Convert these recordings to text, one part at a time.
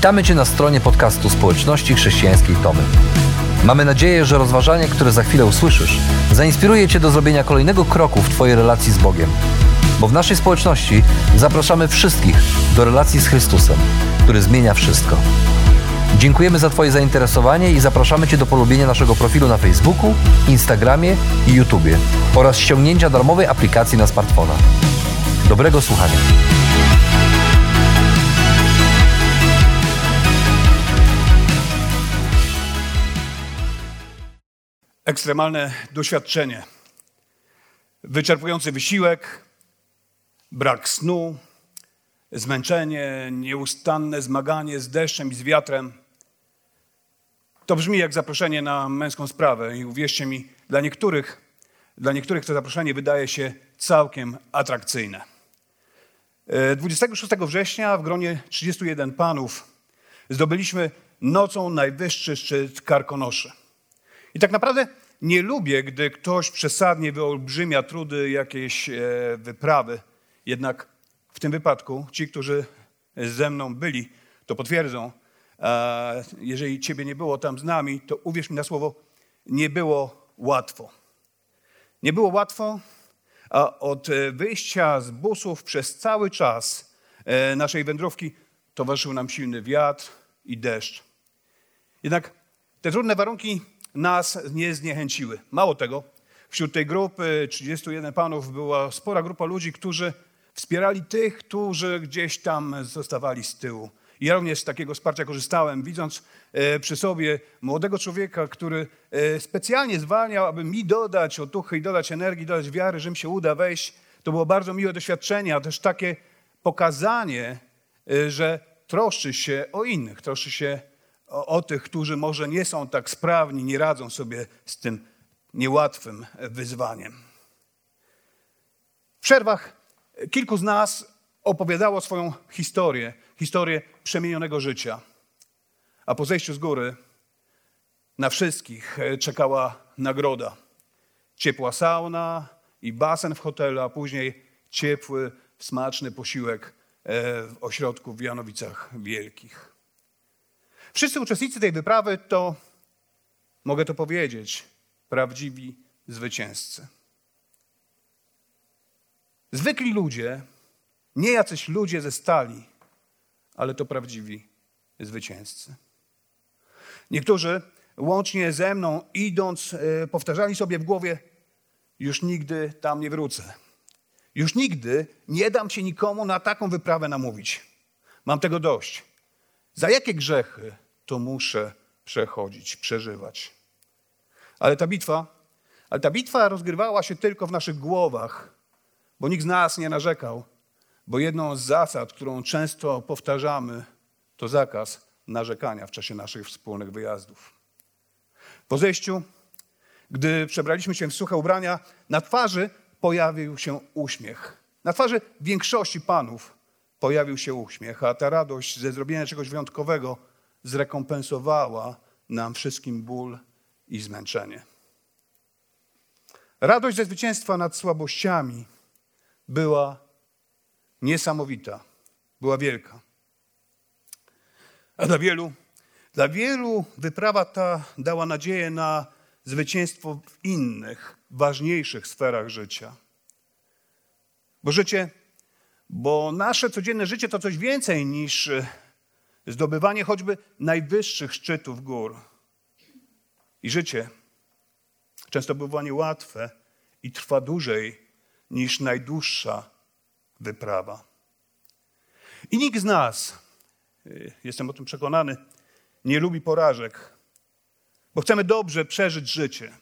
Witamy Cię na stronie podcastu Społeczności Chrześcijańskiej Tomy. Mamy nadzieję, że rozważanie, które za chwilę usłyszysz, zainspiruje Cię do zrobienia kolejnego kroku w Twojej relacji z Bogiem. Bo w naszej społeczności zapraszamy wszystkich do relacji z Chrystusem, który zmienia wszystko. Dziękujemy za Twoje zainteresowanie i zapraszamy Cię do polubienia naszego profilu na Facebooku, Instagramie i YouTubie oraz ściągnięcia darmowej aplikacji na smartfona. Dobrego słuchania. Ekstremalne doświadczenie, wyczerpujący wysiłek, brak snu, zmęczenie, nieustanne zmaganie z deszczem i z wiatrem. To brzmi jak zaproszenie na męską sprawę i uwierzcie mi, dla niektórych to zaproszenie wydaje się całkiem atrakcyjne. 26 września w gronie 31 panów zdobyliśmy nocą najwyższy szczyt Karkonoszy. I tak naprawdę nie lubię, gdy ktoś przesadnie wyolbrzymia trudy jakiejś wyprawy. Jednak w tym wypadku ci, którzy ze mną byli, to potwierdzą. Jeżeli ciebie nie było tam z nami, to uwierz mi na słowo, nie było łatwo. Nie było łatwo, a od wyjścia z busów przez cały czas naszej wędrówki towarzyszył nam silny wiatr i deszcz. Jednak te trudne warunki nas nie zniechęciły. Mało tego, wśród tej grupy 31 panów była spora grupa ludzi, którzy wspierali tych, którzy gdzieś tam zostawali z tyłu. I ja również z takiego wsparcia korzystałem, widząc przy sobie młodego człowieka, który specjalnie zwalniał, aby mi dodać otuchy i dodać energii, dodać wiary, że mi się uda wejść. To było bardzo miłe doświadczenie, a też takie pokazanie, że troszczy się o innych, troszczy się o tych, którzy może nie są tak sprawni, nie radzą sobie z tym niełatwym wyzwaniem. W przerwach kilku z nas opowiadało swoją historię przemienionego życia. A po zejściu z góry na wszystkich czekała nagroda. Ciepła sauna i basen w hotelu, a później ciepły, smaczny posiłek w ośrodku w Janowicach Wielkich. Wszyscy uczestnicy tej wyprawy to, mogę to powiedzieć, prawdziwi zwycięzcy. Zwykli ludzie, nie jacyś ludzie ze stali, ale to prawdziwi zwycięzcy. Niektórzy, łącznie ze mną, idąc, powtarzali sobie w głowie: już nigdy tam nie wrócę. Już nigdy nie dam się nikomu na taką wyprawę namówić. Mam tego dość. Za jakie grzechy to muszę przechodzić, przeżywać? Ale ta bitwa rozgrywała się tylko w naszych głowach, bo nikt z nas nie narzekał, bo jedną z zasad, którą często powtarzamy, to zakaz narzekania w czasie naszych wspólnych wyjazdów. Po zejściu, gdy przebraliśmy się w suche ubrania, na twarzy pojawił się uśmiech. Na twarzy większości panów pojawił się uśmiech, a ta radość ze zrobienia czegoś wyjątkowego zrekompensowała nam wszystkim ból i zmęczenie. Radość ze zwycięstwa nad słabościami była niesamowita, była wielka. A dla wielu wyprawa ta dała nadzieję na zwycięstwo w innych, ważniejszych sferach życia. Bo nasze codzienne życie to coś więcej niż zdobywanie choćby najwyższych szczytów gór. I życie często bywa niełatwe i trwa dłużej niż najdłuższa wyprawa. I nikt z nas, jestem o tym przekonany, nie lubi porażek, bo chcemy dobrze przeżyć życie.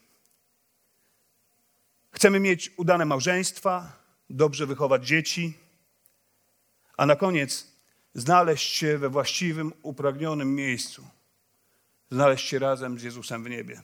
Chcemy mieć udane małżeństwa, dobrze wychować dzieci, a na koniec znaleźć się we właściwym, upragnionym miejscu. Znaleźć się razem z Jezusem w niebie.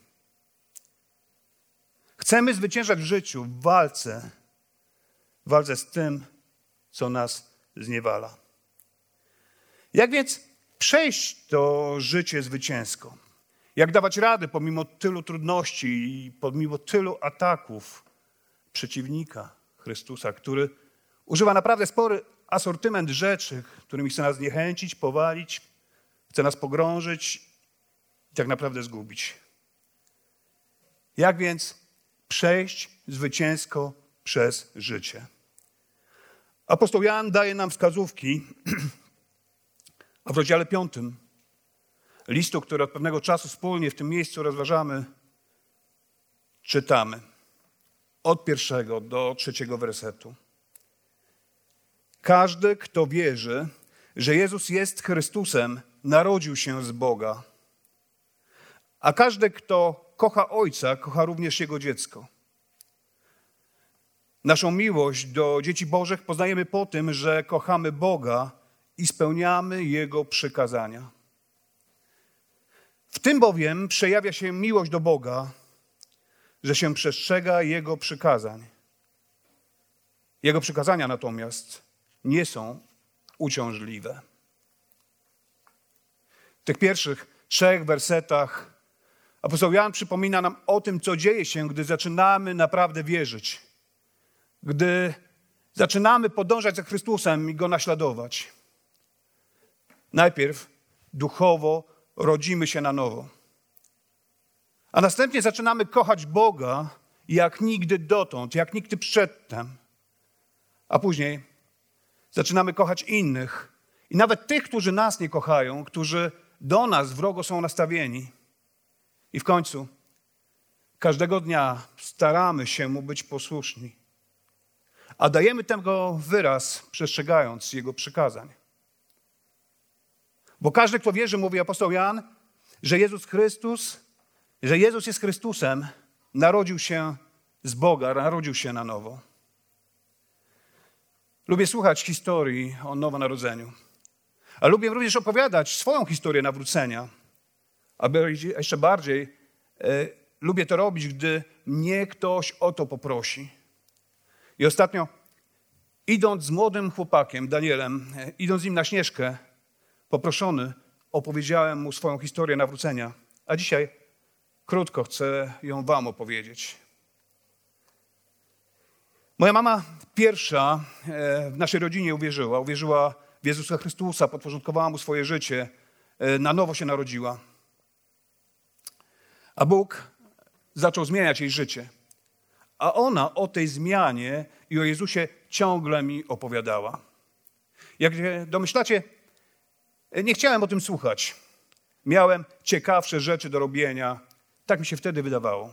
Chcemy zwyciężać w życiu, w walce z tym, co nas zniewala. Jak więc przejść to życie zwycięsko? Jak dawać radę pomimo tylu trudności i pomimo tylu ataków przeciwnika Chrystusa, który używa naprawdę spory asortyment rzeczy, którymi chce nas zniechęcić, powalić, chce nas pogrążyć i tak naprawdę zgubić. Jak więc przejść zwycięsko przez życie? Apostoł Jan daje nam wskazówki, a w rozdziale 5 listu, który od pewnego czasu wspólnie w tym miejscu rozważamy, czytamy od 1 do 3 wersetu. Każdy, kto wierzy, że Jezus jest Chrystusem, narodził się z Boga. A każdy, kto kocha Ojca, kocha również Jego dziecko. Naszą miłość do dzieci Bożych poznajemy po tym, że kochamy Boga i spełniamy Jego przykazania. W tym bowiem przejawia się miłość do Boga, że się przestrzega Jego przykazań. Jego przykazania natomiast nie są uciążliwe. W tych pierwszych 3 wersetach apostoł Jan przypomina nam o tym, co dzieje się, gdy zaczynamy naprawdę wierzyć. Gdy zaczynamy podążać za Chrystusem i Go naśladować. Najpierw duchowo rodzimy się na nowo. A następnie zaczynamy kochać Boga jak nigdy dotąd, jak nigdy przedtem. A później zaczynamy kochać innych i nawet tych, którzy nas nie kochają, którzy do nas wrogo są nastawieni. I w końcu każdego dnia staramy się Mu być posłuszni, a dajemy tego wyraz, przestrzegając Jego przykazań. Bo każdy, kto wierzy, mówi apostoł Jan, że Jezus jest Chrystusem, narodził się z Boga, narodził się na nowo. Lubię słuchać historii o nowonarodzeniu, a lubię również opowiadać swoją historię nawrócenia. A jeszcze bardziej lubię to robić, gdy mnie ktoś o to poprosi. I ostatnio, idąc z młodym chłopakiem, Danielem, idąc z nim na Śnieżkę, poproszony, opowiedziałem mu swoją historię nawrócenia. A dzisiaj krótko chcę ją wam opowiedzieć. Moja mama pierwsza w naszej rodzinie uwierzyła w Jezusa Chrystusa, podporządkowała Mu swoje życie, na nowo się narodziła. A Bóg zaczął zmieniać jej życie. A ona o tej zmianie i o Jezusie ciągle mi opowiadała. Jak się domyślacie, nie chciałem o tym słuchać. Miałem ciekawsze rzeczy do robienia. Tak mi się wtedy wydawało.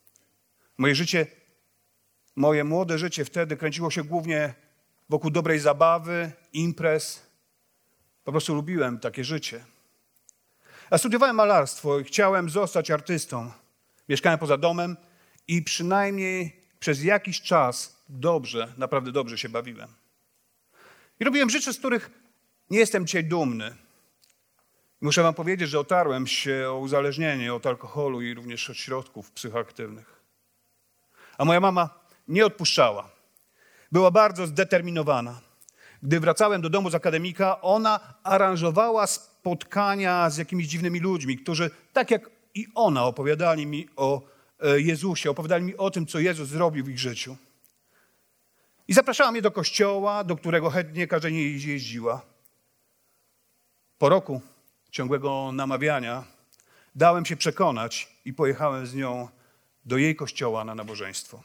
Moje młode życie wtedy kręciło się głównie wokół dobrej zabawy, imprez. Po prostu lubiłem takie życie. A studiowałem malarstwo i chciałem zostać artystą. Mieszkałem poza domem i przynajmniej przez jakiś czas naprawdę dobrze się bawiłem. I robiłem rzeczy, z których nie jestem dzisiaj dumny. Muszę wam powiedzieć, że otarłem się o uzależnienie od alkoholu i również od środków psychoaktywnych. A moja mama nie odpuszczała. Była bardzo zdeterminowana. Gdy wracałem do domu z akademika, ona aranżowała spotkania z jakimiś dziwnymi ludźmi, którzy tak jak i ona opowiadali mi o Jezusie, opowiadali mi o tym, co Jezus zrobił w ich życiu. I zapraszała mnie do kościoła, do którego chętnie każdej jeździła. Po roku ciągłego namawiania dałem się przekonać i pojechałem z nią do jej kościoła na nabożeństwo.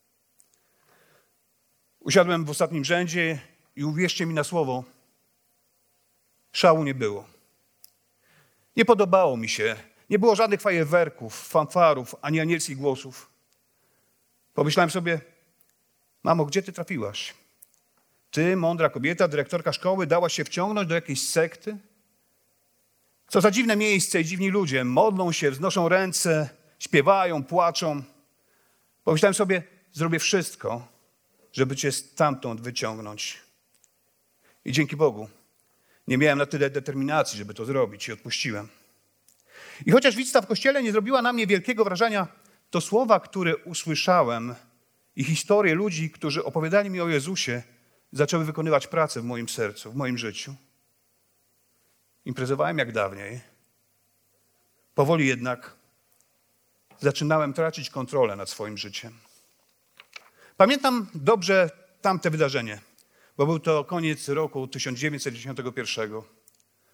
Usiadłem w ostatnim rzędzie i uwierzcie mi na słowo, szału nie było. Nie podobało mi się, nie było żadnych fajerwerków, fanfarów, ani anielskich głosów. Pomyślałem sobie, mamo, gdzie ty trafiłaś? Ty, mądra kobieta, dyrektorka szkoły, dałaś się wciągnąć do jakiejś sekty? Co za dziwne miejsce i dziwni ludzie, modlą się, wznoszą ręce, śpiewają, płaczą. Pomyślałem sobie, zrobię wszystko, żeby cię stamtąd wyciągnąć. I dzięki Bogu nie miałem na tyle determinacji, żeby to zrobić i odpuściłem. I chociaż wizyta w kościele nie zrobiła na mnie wielkiego wrażenia, to słowa, które usłyszałem i historie ludzi, którzy opowiadali mi o Jezusie, zaczęły wykonywać pracę w moim sercu, w moim życiu. Imprezowałem jak dawniej. Powoli jednak zaczynałem tracić kontrolę nad swoim życiem. Pamiętam dobrze tamte wydarzenie, bo był to koniec roku 1991.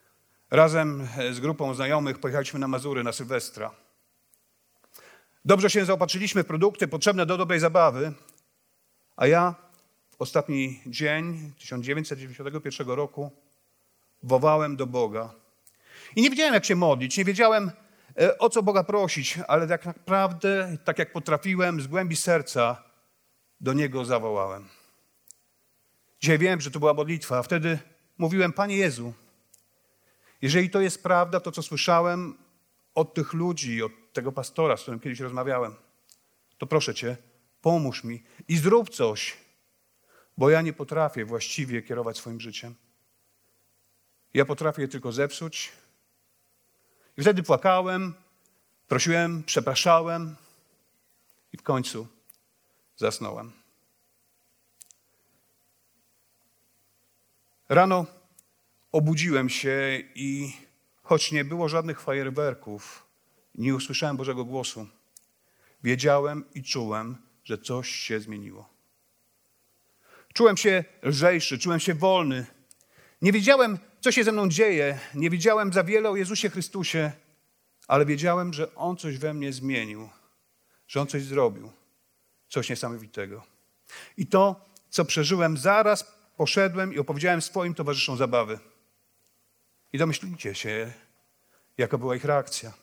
Razem z grupą znajomych pojechaliśmy na Mazury na Sylwestra. Dobrze się zaopatrzyliśmy w produkty potrzebne do dobrej zabawy, a ja w ostatni dzień 1991 roku wołałem do Boga. I nie wiedziałem, jak się modlić, nie wiedziałem, o co Boga prosić, ale tak naprawdę, tak jak potrafiłem, z głębi serca do Niego zawołałem. Dzisiaj wiem, że to była modlitwa, a wtedy mówiłem: Panie Jezu, jeżeli to jest prawda, to co słyszałem od tych ludzi, od tego pastora, z którym kiedyś rozmawiałem, to proszę Cię, pomóż mi i zrób coś, bo ja nie potrafię właściwie kierować swoim życiem. Ja potrafię je tylko zepsuć. I wtedy płakałem, prosiłem, przepraszałem i w końcu zasnąłem. Rano obudziłem się i choć nie było żadnych fajerwerków, nie usłyszałem Bożego głosu, wiedziałem i czułem, że coś się zmieniło. Czułem się lżejszy, czułem się wolny. Nie wiedziałem, co się ze mną dzieje, nie wiedziałem za wiele o Jezusie Chrystusie, ale wiedziałem, że On coś we mnie zmienił, że On coś zrobił, coś niesamowitego. I to, co przeżyłem, zaraz poszedłem i opowiedziałem swoim towarzyszom zabawy. I domyślicie się, jaka była ich reakcja.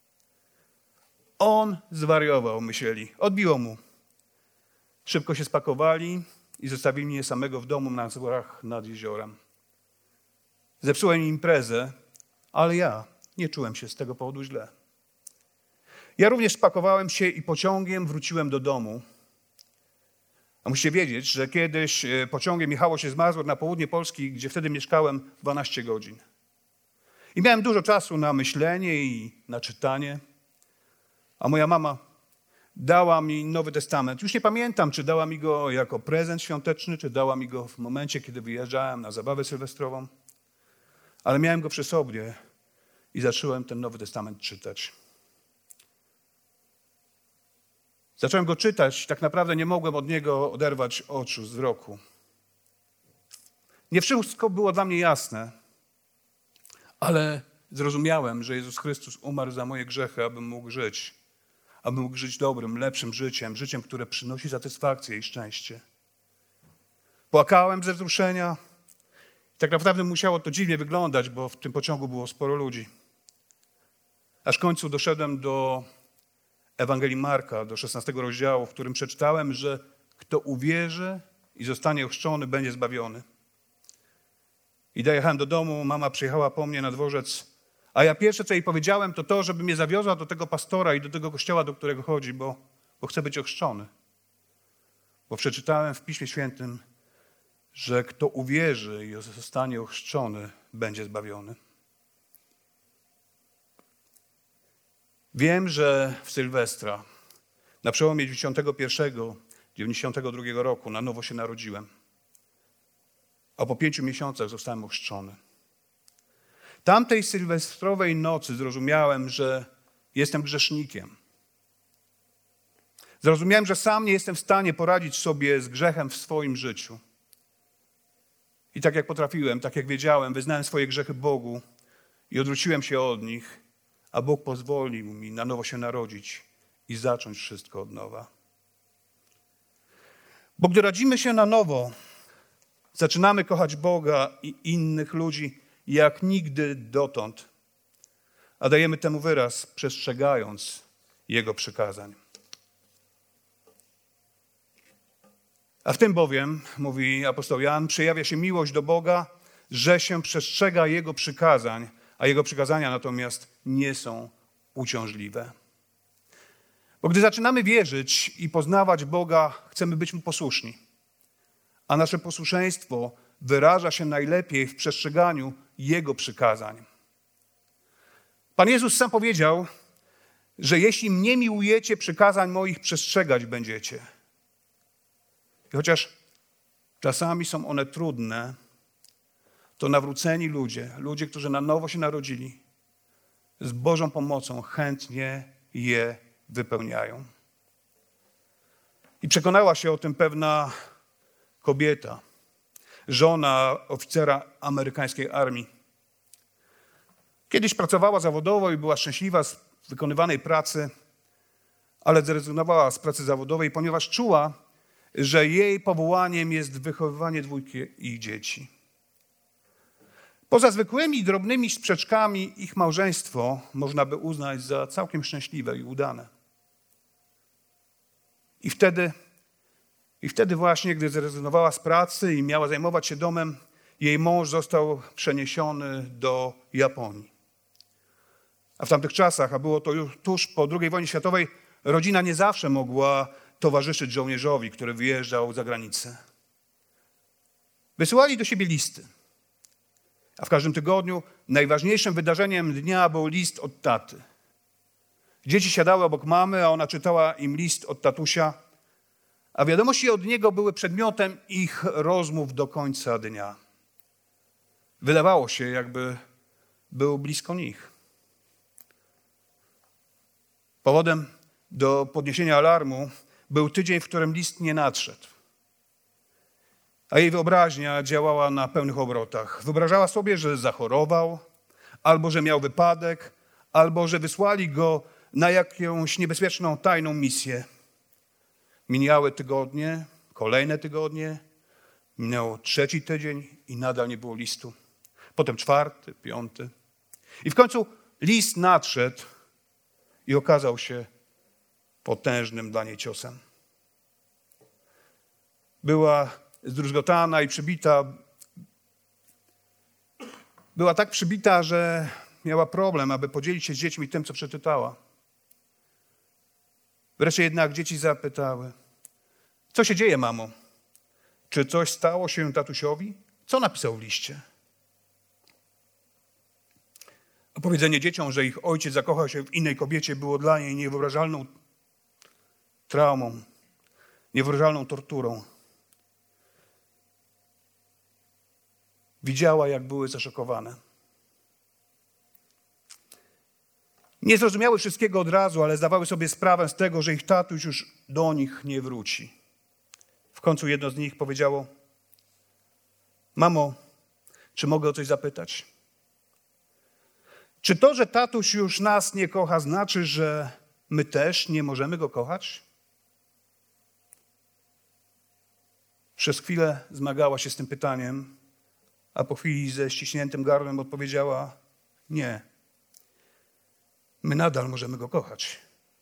On zwariował, myśleli. Odbiło mu. Szybko się spakowali i zostawili mnie samego w domu na Mazurach nad jeziorem. Zepsułem im imprezę, ale ja nie czułem się z tego powodu źle. Ja również spakowałem się i pociągiem wróciłem do domu. A musicie wiedzieć, że kiedyś pociągiem jechało się z Mazur na południe Polski, gdzie wtedy mieszkałem, 12 godzin. I miałem dużo czasu na myślenie i na czytanie. A moja mama dała mi Nowy Testament. Już nie pamiętam, czy dała mi go jako prezent świąteczny, czy dała mi go w momencie, kiedy wyjeżdżałem na zabawę sylwestrową. Ale miałem go przy sobie i zacząłem ten Nowy Testament czytać. Zacząłem go czytać, tak naprawdę nie mogłem od niego oderwać oczu, wzroku. Nie wszystko było dla mnie jasne, ale zrozumiałem, że Jezus Chrystus umarł za moje grzechy, abym mógł żyć dobrym, lepszym życiem, życiem, które przynosi satysfakcję i szczęście. Płakałem ze wzruszenia. Tak naprawdę musiało to dziwnie wyglądać, bo w tym pociągu było sporo ludzi. Aż w końcu doszedłem do Ewangelii Marka, do 16 rozdziału, w którym przeczytałem, że kto uwierzy i zostanie ochrzczony, będzie zbawiony. I dojechałem do domu, mama przyjechała po mnie na dworzec, a ja pierwsze, co jej powiedziałem, to to, żeby mnie zawiozła do tego pastora i do tego kościoła, do którego chodzi, bo chcę być ochrzczony. Bo przeczytałem w Piśmie Świętym, że kto uwierzy i zostanie ochrzczony, będzie zbawiony. Wiem, że w Sylwestra, na przełomie 91 i 92 roku na nowo się narodziłem, a po 5 miesiącach zostałem ochrzczony. Tamtej sylwestrowej nocy zrozumiałem, że jestem grzesznikiem. Zrozumiałem, że sam nie jestem w stanie poradzić sobie z grzechem w swoim życiu. I tak jak potrafiłem, tak jak wiedziałem, wyznałem swoje grzechy Bogu i odwróciłem się od nich, a Bóg pozwolił mi na nowo się narodzić i zacząć wszystko od nowa. Bo gdy rodzimy się na nowo, zaczynamy kochać Boga i innych ludzi jak nigdy dotąd, a dajemy temu wyraz, przestrzegając Jego przykazań. A w tym bowiem, mówi apostoł Jan, przejawia się miłość do Boga, że się przestrzega Jego przykazań, a Jego przykazania natomiast nie są uciążliwe. Bo gdy zaczynamy wierzyć i poznawać Boga, chcemy być Mu posłuszni. A nasze posłuszeństwo wyraża się najlepiej w przestrzeganiu Jego przykazań. Pan Jezus sam powiedział, że jeśli mnie miłujecie, przykazań moich przestrzegać będziecie. I chociaż czasami są one trudne, to nawróceni ludzie, którzy na nowo się narodzili, z Bożą pomocą chętnie je wypełniają. I przekonała się o tym pewna kobieta, żona oficera amerykańskiej armii. Kiedyś pracowała zawodowo i była szczęśliwa z wykonywanej pracy, ale zrezygnowała z pracy zawodowej, ponieważ czuła, że jej powołaniem jest wychowywanie dwójki ich dzieci. Poza zwykłymi, drobnymi sprzeczkami ich małżeństwo można by uznać za całkiem szczęśliwe i udane. I wtedy właśnie, gdy zrezygnowała z pracy i miała zajmować się domem, jej mąż został przeniesiony do Japonii. A w tamtych czasach, a było to już tuż po II wojnie światowej, rodzina nie zawsze mogła towarzyszyć żołnierzowi, który wyjeżdżał za granicę. Wysyłali do siebie listy. A w każdym tygodniu najważniejszym wydarzeniem dnia był list od taty. Dzieci siadały obok mamy, a ona czytała im list od tatusia, a wiadomości od niego były przedmiotem ich rozmów do końca dnia. Wydawało się, jakby był blisko nich. Powodem do podniesienia alarmu był tydzień, w którym list nie nadszedł. A jej wyobraźnia działała na pełnych obrotach. Wyobrażała sobie, że zachorował, albo że miał wypadek, albo że wysłali go na jakąś niebezpieczną, tajną misję. Mijały tygodnie, kolejne tygodnie, minął 3. tydzień i nadal nie było listu. Potem 4., 5. I w końcu list nadszedł i okazał się potężnym dla niej ciosem. Była zdruzgotana i przybita. Była tak przybita, że miała problem, aby podzielić się z dziećmi tym, co przeczytała. Wreszcie jednak dzieci zapytały: co się dzieje, mamo? Czy coś stało się tatusiowi? Co napisał w liście? Opowiedzenie dzieciom, że ich ojciec zakochał się w innej kobiecie, było dla niej niewyobrażalną traumą, niewyobrażalną torturą. Widziała, jak były zaszokowane. Nie zrozumiały wszystkiego od razu, ale zdawały sobie sprawę z tego, że ich tatuś już do nich nie wróci. W końcu jedno z nich powiedziało: mamo, czy mogę o coś zapytać? Czy to, że tatuś już nas nie kocha, znaczy, że my też nie możemy go kochać? Przez chwilę zmagała się z tym pytaniem, a po chwili ze ściśniętym gardłem odpowiedziała: nie. My nadal możemy go kochać.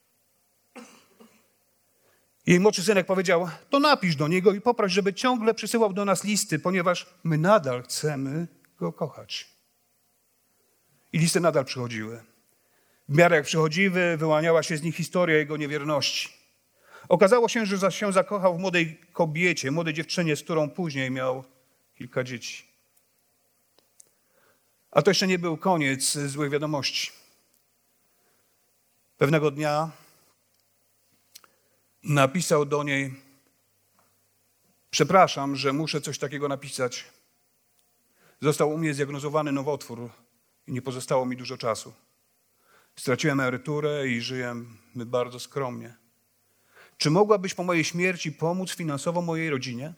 Jej młodszy synek powiedział: to napisz do niego i poproś, żeby ciągle przysyłał do nas listy, ponieważ my nadal chcemy go kochać. I listy nadal przychodziły. W miarę jak przychodziły, wyłaniała się z nich historia jego niewierności. Okazało się, że się zakochał w młodej kobiecie, młodej dziewczynie, z którą później miał kilka dzieci. A to jeszcze nie był koniec złych wiadomości. Pewnego dnia napisał do niej: przepraszam, że muszę coś takiego napisać. Został u mnie zdiagnozowany nowotwór i nie pozostało mi dużo czasu. Straciłem emeryturę i żyjemy bardzo skromnie. Czy mogłabyś po mojej śmierci pomóc finansowo mojej rodzinie?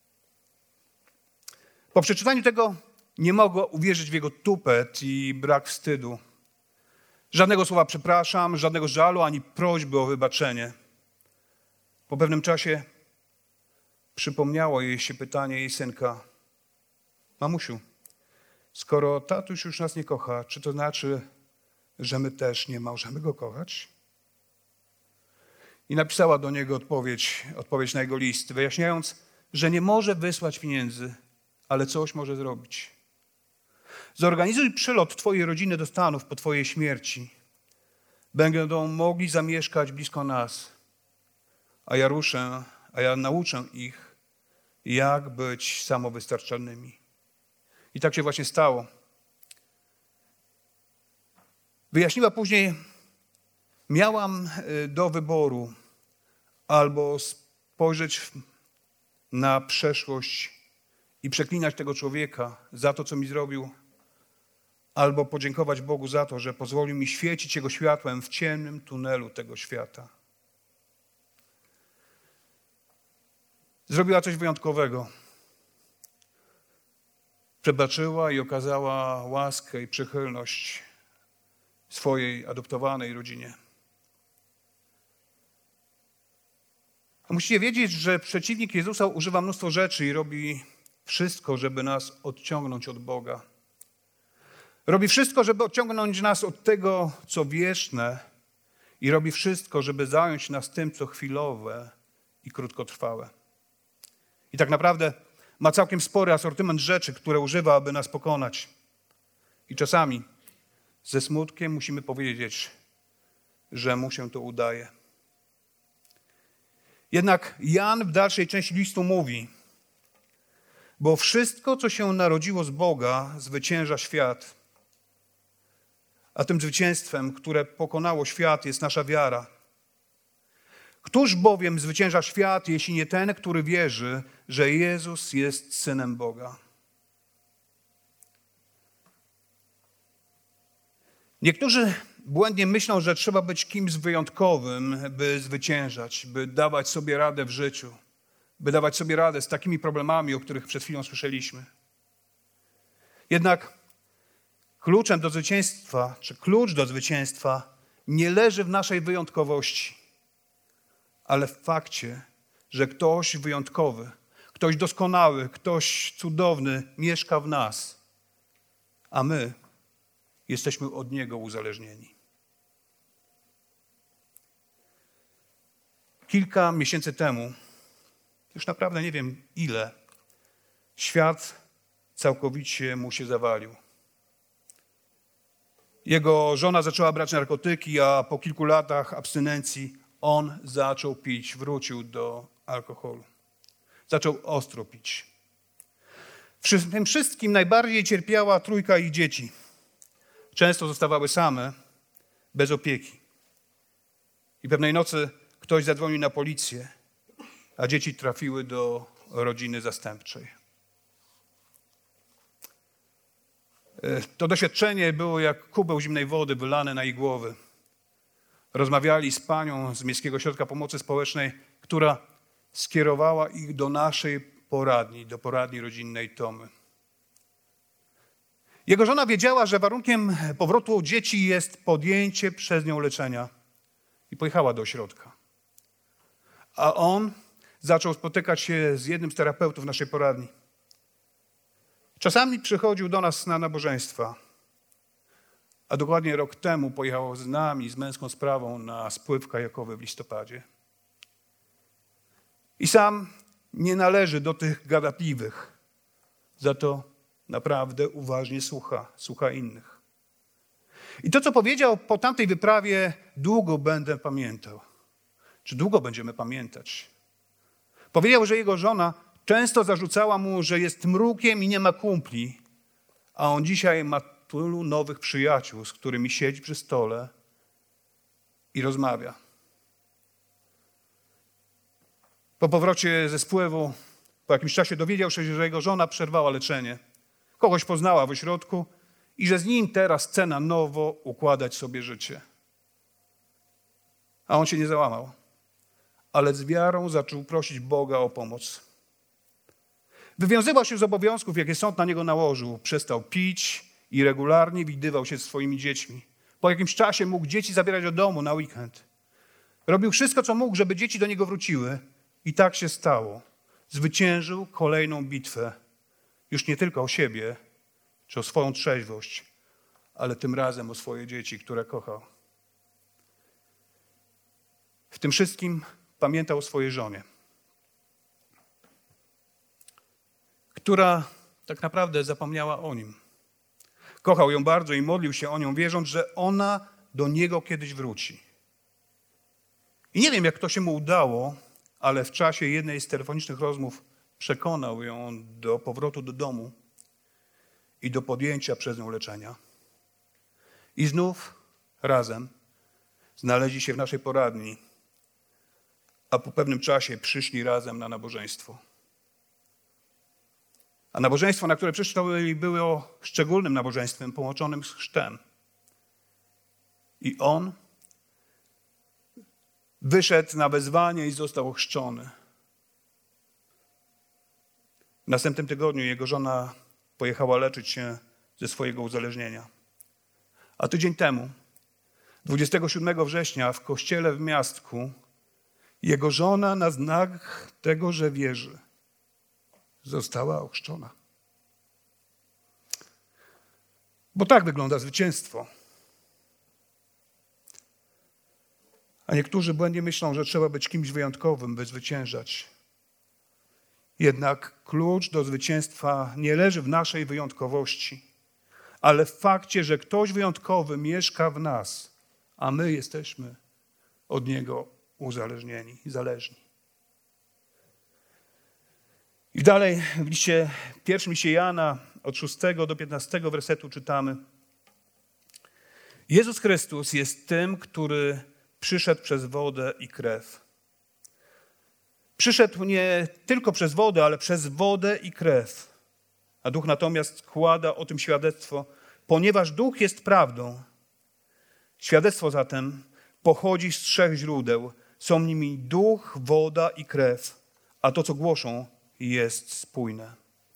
Po przeczytaniu tego nie mogła uwierzyć w jego tupet i brak wstydu. Żadnego słowa przepraszam, żadnego żalu, ani prośby o wybaczenie. Po pewnym czasie przypomniało jej się pytanie jej synka: mamusiu, skoro tatuś już nas nie kocha, czy to znaczy, że my też nie możemy go kochać? I napisała do niego odpowiedź na jego list, wyjaśniając, że nie może wysłać pieniędzy, ale coś może zrobić. Zorganizuj przylot twojej rodziny do Stanów po twojej śmierci. Będą mogli zamieszkać blisko nas, a ja nauczę ich, jak być samowystarczalnymi. I tak się właśnie stało. Wyjaśniła później: miałam do wyboru albo spojrzeć na przeszłość i przeklinać tego człowieka za to, co mi zrobił, albo podziękować Bogu za to, że pozwolił mi świecić Jego światłem w ciemnym tunelu tego świata. Zrobiła coś wyjątkowego. Przebaczyła i okazała łaskę i przychylność swojej adoptowanej rodzinie. Musicie wiedzieć, że przeciwnik Jezusa używa mnóstwo rzeczy i robi wszystko, żeby nas odciągnąć od Boga. Robi wszystko, żeby odciągnąć nas od tego, co wieczne, i robi wszystko, żeby zająć nas tym, co chwilowe i krótkotrwałe. I tak naprawdę ma całkiem spory asortyment rzeczy, które używa, aby nas pokonać. I czasami ze smutkiem musimy powiedzieć, że mu się to udaje. Jednak Jan w dalszej części listu mówi: bo wszystko, co się narodziło z Boga, zwycięża świat. A tym zwycięstwem, które pokonało świat, jest nasza wiara. Któż bowiem zwycięża świat, jeśli nie ten, który wierzy, że Jezus jest Synem Boga? Niektórzy błędnie myślą, że trzeba być kimś wyjątkowym, by zwyciężać, by dawać sobie radę w życiu, by dawać sobie radę z takimi problemami, o których przed chwilą słyszeliśmy. Jednak kluczem do zwycięstwa, czy klucz do zwycięstwa nie leży w naszej wyjątkowości, ale w fakcie, że ktoś wyjątkowy, ktoś doskonały, ktoś cudowny mieszka w nas, a my jesteśmy od Niego uzależnieni. Kilka miesięcy temu, już naprawdę nie wiem ile, świat całkowicie mu się zawalił. Jego żona zaczęła brać narkotyki, a po kilku latach abstynencji on zaczął pić, wrócił do alkoholu. Zaczął ostro pić. W tym wszystkim najbardziej cierpiała trójka ich dzieci. Często zostawały same, bez opieki. I pewnej nocy ktoś zadzwonił na policję, a dzieci trafiły do rodziny zastępczej. To doświadczenie było jak kubeł zimnej wody wylane na ich głowy. Rozmawiali z panią z Miejskiego Ośrodka Pomocy Społecznej, która skierowała ich do naszej poradni, do poradni rodzinnej Tomy. Jego żona wiedziała, że warunkiem powrotu dzieci jest podjęcie przez nią leczenia i pojechała do ośrodka. A on zaczął spotykać się z jednym z terapeutów naszej poradni. Czasami przychodził do nas na nabożeństwa, a dokładnie rok temu pojechał z nami, z męską sprawą na spływ kajakowy w listopadzie. I sam nie należy do tych gadatliwych, za to naprawdę uważnie słucha innych. I to, co powiedział po tamtej wyprawie, długo będę pamiętał. Czy długo będziemy pamiętać? Powiedział, że jego żona często zarzucała mu, że jest mrukiem i nie ma kumpli, a on dzisiaj ma tylu nowych przyjaciół, z którymi siedzi przy stole i rozmawia. Po powrocie ze spływu, po jakimś czasie dowiedział się, że jego żona przerwała leczenie. Kogoś poznała w ośrodku i że z nim teraz chce na nowo układać sobie życie. A on się nie załamał, ale z wiarą zaczął prosić Boga o pomoc. Wywiązywał się z obowiązków, jakie sąd na niego nałożył. Przestał pić i regularnie widywał się ze swoimi dziećmi. Po jakimś czasie mógł dzieci zabierać do domu na weekend. Robił wszystko, co mógł, żeby dzieci do niego wróciły. I tak się stało. Zwyciężył kolejną bitwę. Już nie tylko o siebie, czy o swoją trzeźwość, ale tym razem o swoje dzieci, które kochał. W tym wszystkim pamiętał o swojej żonie, która tak naprawdę zapomniała o nim. Kochał ją bardzo i modlił się o nią, wierząc, że ona do niego kiedyś wróci. I nie wiem, jak to się mu udało, ale w czasie jednej z telefonicznych rozmów przekonał ją do powrotu do domu i do podjęcia przez nią leczenia. I znów razem znaleźli się w naszej poradni, a po pewnym czasie przyszli razem na nabożeństwo. A nabożeństwo, na które przyszli, było szczególnym nabożeństwem połączonym z chrztem. I on wyszedł na wezwanie i został ochrzczony. W następnym tygodniu jego żona pojechała leczyć się ze swojego uzależnienia. A tydzień temu 27 września w kościele w Miastku jego żona na znak tego, że wierzy, została ochrzczona. Bo tak wygląda zwycięstwo. A niektórzy błędnie myślą, że trzeba być kimś wyjątkowym, by zwyciężać. Jednak klucz do zwycięstwa nie leży w naszej wyjątkowości, ale w fakcie, że ktoś wyjątkowy mieszka w nas, a my jesteśmy od Niego uzależnieni, zależni. I dalej w pierwszym liście Jana od 6 do 15 wersetu czytamy: Jezus Chrystus jest tym, który przyszedł przez wodę i krew. Przyszedł nie tylko przez wodę, ale przez wodę i krew. A Duch natomiast składa o tym świadectwo, ponieważ Duch jest prawdą. Świadectwo zatem pochodzi z 3 źródeł. Są nimi Duch, woda i krew, a to, co głoszą, jest spójne.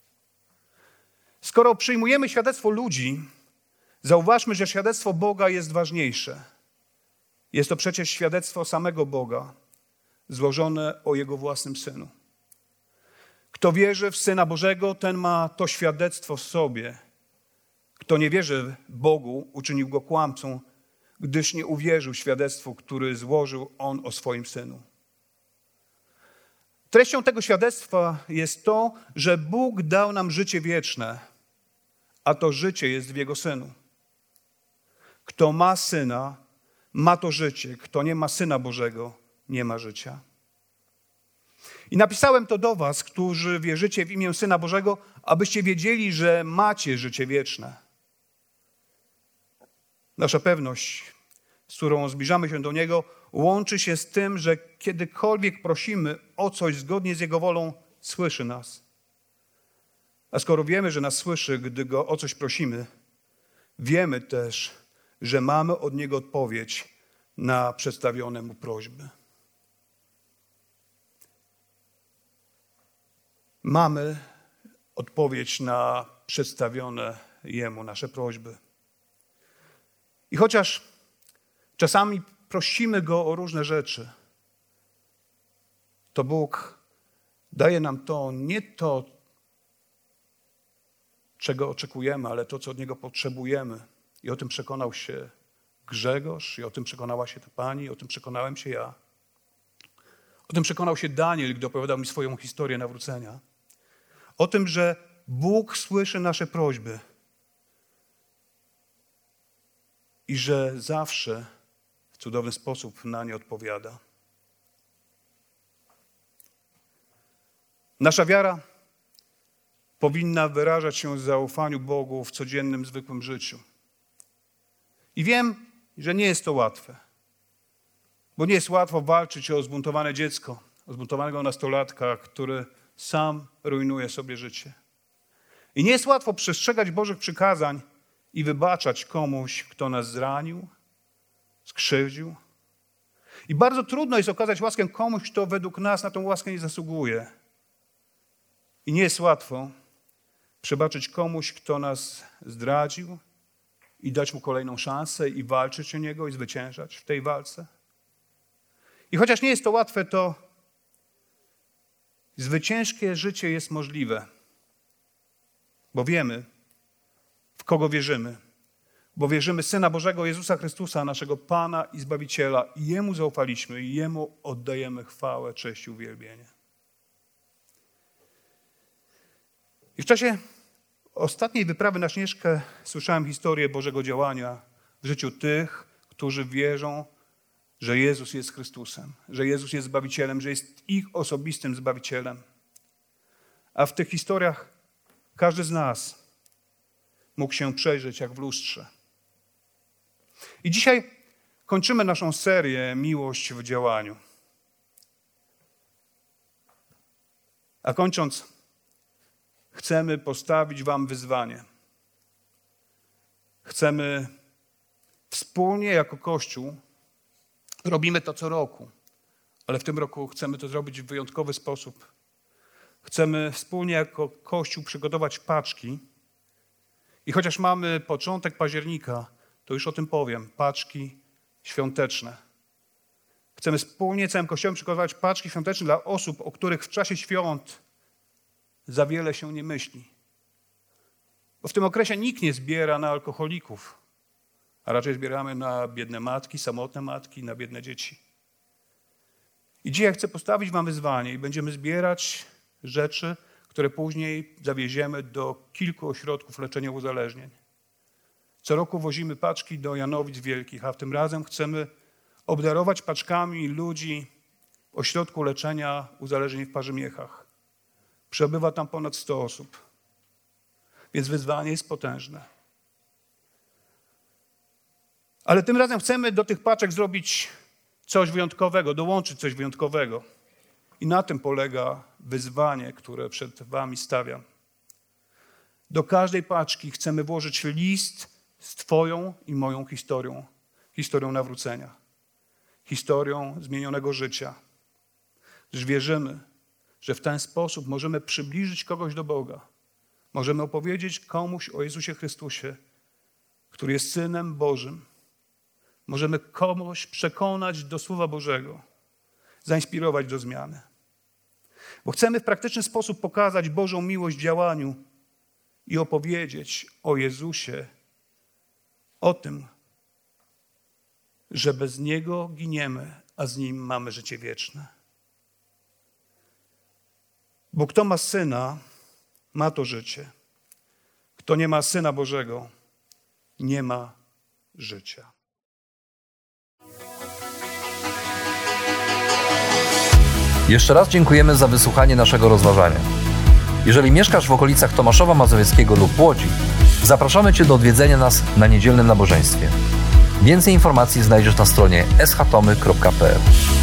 Skoro przyjmujemy świadectwo ludzi, zauważmy, że świadectwo Boga jest ważniejsze. Jest to przecież świadectwo samego Boga, złożone o Jego własnym Synu. Kto wierzy w Syna Bożego, ten ma to świadectwo w sobie. Kto nie wierzy Bogu, uczynił go kłamcą, gdyż nie uwierzył świadectwu, który złożył On o swoim Synu. Treścią tego świadectwa jest to, że Bóg dał nam życie wieczne, a to życie jest w Jego Synu. Kto ma Syna, ma to życie. Kto nie ma Syna Bożego, nie ma życia. I napisałem to do was, którzy wierzycie w imię Syna Bożego, abyście wiedzieli, że macie życie wieczne. Nasza pewność, z którą zbliżamy się do Niego, łączy się z tym, że kiedykolwiek prosimy o coś zgodnie z Jego wolą, słyszy nas. A skoro wiemy, że nas słyszy, gdy Go o coś prosimy, wiemy też, że mamy od Niego odpowiedź na przedstawione Mu prośby. Mamy odpowiedź na przedstawione Jemu nasze prośby. I chociaż czasami prosimy Go o różne rzeczy, to Bóg daje nam to, nie to, czego oczekujemy, ale to, co od Niego potrzebujemy. I o tym przekonał się Grzegorz, i o tym przekonała się ta pani, i o tym przekonałem się ja. O tym przekonał się Daniel, gdy opowiadał mi swoją historię nawrócenia. O tym, że Bóg słyszy nasze prośby i że zawsze w cudowny sposób na nie odpowiada. Nasza wiara powinna wyrażać się w zaufaniu Bogu w codziennym, zwykłym życiu. I wiem, że nie jest to łatwe, bo nie jest łatwo walczyć o zbuntowane dziecko, o zbuntowanego nastolatka, który sam rujnuje sobie życie. I nie jest łatwo przestrzegać Bożych przykazań i wybaczać komuś, kto nas zranił, skrzywdził. I bardzo trudno jest okazać łaskę komuś, kto według nas na tą łaskę nie zasługuje. I nie jest łatwo przebaczyć komuś, kto nas zdradził i dać mu kolejną szansę i walczyć o niego i zwyciężać w tej walce. I chociaż nie jest to łatwe, to zwycięskie życie jest możliwe, bo wiemy, w kogo wierzymy. Bo wierzymy w Syna Bożego Jezusa Chrystusa, naszego Pana i Zbawiciela. I Jemu zaufaliśmy i Jemu oddajemy chwałę, cześć i uwielbienie. I w czasie ostatniej wyprawy na Śnieżkę słyszałem historię Bożego działania w życiu tych, którzy wierzą, że Jezus jest Chrystusem, że Jezus jest Zbawicielem, że jest ich osobistym Zbawicielem. A w tych historiach każdy z nas mógł się przejrzeć jak w lustrze. I dzisiaj kończymy naszą serię Miłość w działaniu. A kończąc, chcemy postawić wam wyzwanie. Chcemy wspólnie jako Kościół, robimy to co roku, ale w tym roku chcemy to zrobić w wyjątkowy sposób. Chcemy wspólnie jako Kościół przygotować paczki i chociaż mamy początek października, to już o tym powiem, paczki świąteczne. Chcemy wspólnie całym Kościołem przygotować paczki świąteczne dla osób, o których w czasie świąt za wiele się nie myśli. Bo w tym okresie nikt nie zbiera na alkoholików, a raczej zbieramy na biedne matki, samotne matki, na biedne dzieci. I dzisiaj chcę postawić wam wyzwanie i będziemy zbierać rzeczy, które później zawieziemy do kilku ośrodków leczenia uzależnień. Co roku wozimy paczki do Janowic Wielkich, a tym razem chcemy obdarować paczkami ludzi w ośrodku leczenia uzależnień w Parzymiechach. Przebywa tam ponad 100 osób, więc wyzwanie jest potężne. Ale tym razem chcemy do tych paczek zrobić coś wyjątkowego, dołączyć coś wyjątkowego. I na tym polega wyzwanie, które przed wami stawiam. Do każdej paczki chcemy włożyć list z twoją i moją historią. Historią nawrócenia. Historią zmienionego życia. Gdyż wierzymy, że w ten sposób możemy przybliżyć kogoś do Boga. Możemy opowiedzieć komuś o Jezusie Chrystusie, który jest Synem Bożym. Możemy komuś przekonać do Słowa Bożego, zainspirować do zmiany. Bo chcemy w praktyczny sposób pokazać Bożą miłość w działaniu i opowiedzieć o Jezusie, o tym, że bez Niego giniemy, a z Nim mamy życie wieczne. Bo kto ma Syna, ma to życie. Kto nie ma Syna Bożego, nie ma życia. Jeszcze raz dziękujemy za wysłuchanie naszego rozważania. Jeżeli mieszkasz w okolicach Tomaszowa Mazowieckiego lub Łodzi, zapraszamy Cię do odwiedzenia nas na niedzielnym nabożeństwie. Więcej informacji znajdziesz na stronie schtomy.pl.